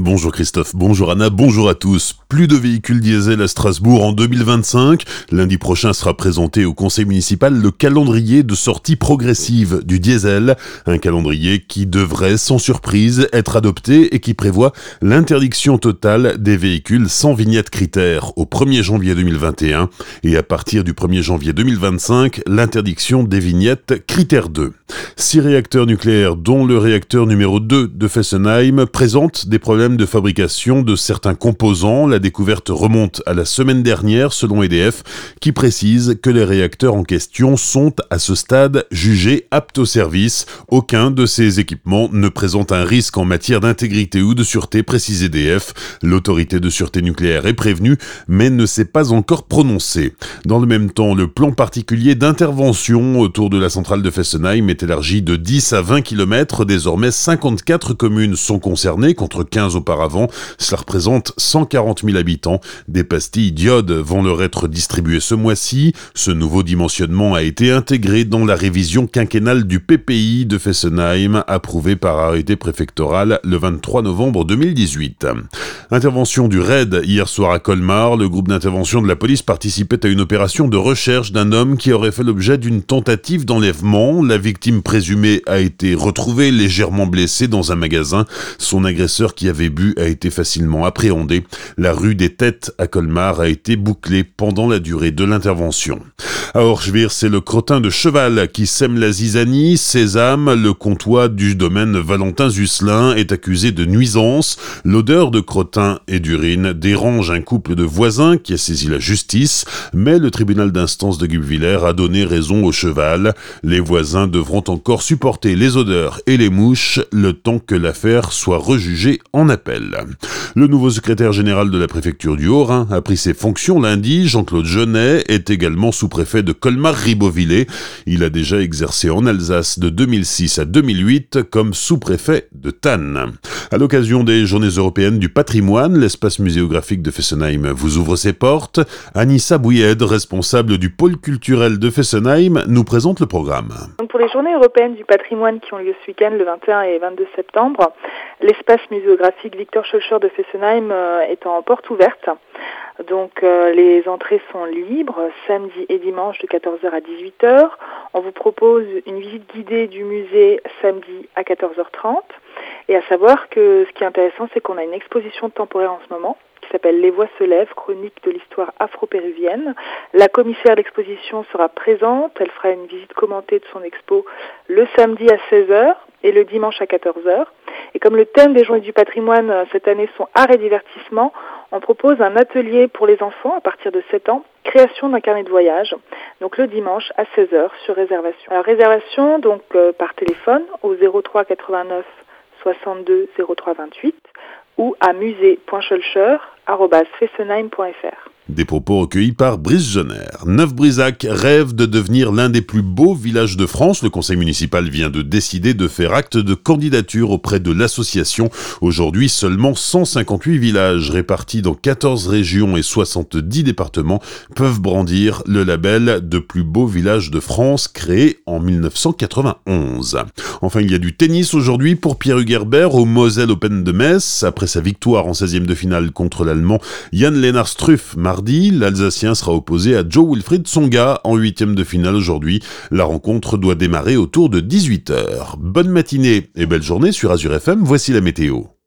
Bonjour Christophe, bonjour Anna, bonjour à tous. Plus de véhicules diesel à Strasbourg en 2025. Lundi prochain sera présenté au conseil municipal le calendrier de sortie progressive du diesel. Un calendrier qui devrait, sans surprise, être adopté et qui prévoit l'interdiction totale des véhicules sans vignette critère au 1er janvier 2021 et à partir du 1er janvier 2025, l'interdiction des vignettes critère 2. 6 réacteurs nucléaires, dont le réacteur numéro 2 de Fessenheim, présentent des problèmes de fabrication de certains composants. La découverte remonte à la semaine dernière, selon EDF, qui précise que les réacteurs en question sont, à ce stade, jugés aptes au service. Aucun de ces équipements ne présente un risque en matière d'intégrité ou de sûreté, précise EDF. L'autorité de sûreté nucléaire est prévenue, mais ne s'est pas encore prononcée. Dans le même temps, le plan particulier d'intervention autour de la centrale de Fessenheim est élargi de 10 à 20 km. Désormais, 54 communes sont concernées, contre 15 auparavant. Cela représente 140 000 habitants. Des pastilles d'iode vont leur être distribuées ce mois-ci. Ce nouveau dimensionnement a été intégré dans la révision quinquennale du PPI de Fessenheim, approuvé par arrêté préfectoral le 23 novembre 2018. Intervention du RAID hier soir à Colmar. Le groupe d'intervention de la police participait à une opération de recherche d'un homme qui aurait fait l'objet d'une tentative d'enlèvement. La victime présumée a été retrouvée légèrement blessée dans un magasin. Son agresseur qui avait bu a été facilement appréhendé. La rue des Têtes à Colmar a été bouclée pendant la durée de l'intervention. À Orschwihr, c'est le crottin de cheval qui sème la zizanie. Sésame, le comtois du domaine Valentin Zusselin, est accusé de nuisance. L'odeur de crottin et d'urine dérange un couple de voisins qui a saisi la justice, mais le tribunal d'instance de Guebwiller a donné raison au cheval. Les voisins devront encore supporter les odeurs et les mouches le temps que l'affaire soit rejugée en appel. Le nouveau secrétaire général de la préfecture du Haut-Rhin a pris ses fonctions lundi. Jean-Claude Jeunet est également sous-préfet de Colmar-Ribeauvillé. Il a déjà exercé en Alsace de 2006 à 2008 comme sous-préfet de Thann. À l'occasion des Journées européennes du patrimoine, l'espace muséographique de Fessenheim vous ouvre ses portes. Anissa Bouyed, responsable du pôle culturel de Fessenheim, nous présente le programme. Donc pour les Journées européennes du patrimoine qui ont lieu ce week-end, le 21 et 22 septembre, l'espace muséographique Victor Schœlcher de Fessenheim est en porte ouverte. Donc les entrées sont libres, samedi et dimanche de 14h à 18h. On vous propose une visite guidée du musée samedi à 14h30. Et à savoir que ce qui est intéressant, c'est qu'on a une exposition temporaire en ce moment qui s'appelle Les Voix se lèvent, chronique de l'histoire afro-péruvienne. La commissaire d'exposition sera présente, elle fera une visite commentée de son expo le samedi à 16h et le dimanche à 14h. Et comme le thème des Journées du patrimoine cette année sont art et divertissement, on propose un atelier pour les enfants à partir de 7 ans, création d'un carnet de voyage, donc le dimanche à 16h sur réservation. Alors réservation donc par téléphone au 03 89 62 03 28 ou à musée.schœlcher@fessenheim.fr. Des propos recueillis par Brice Jenner. Neuf-Brisach rêve de devenir l'un des plus beaux villages de France. Le conseil municipal vient de décider de faire acte de candidature auprès de l'association. Aujourd'hui, seulement 158 villages répartis dans 14 régions et 70 départements peuvent brandir le label de plus beau village de France créé en 1991. Enfin, il y a du tennis aujourd'hui pour Pierre Hugerbert au Moselle Open de Metz. Après sa victoire en 16e de finale contre l'Allemand Jan-Lennart Struff mardi, l'Alsacien sera opposé à Jo-Wilfried Tsonga en 8e de finale aujourd'hui. La rencontre doit démarrer autour de 18h. Bonne matinée et belle journée sur Azure FM, voici la météo.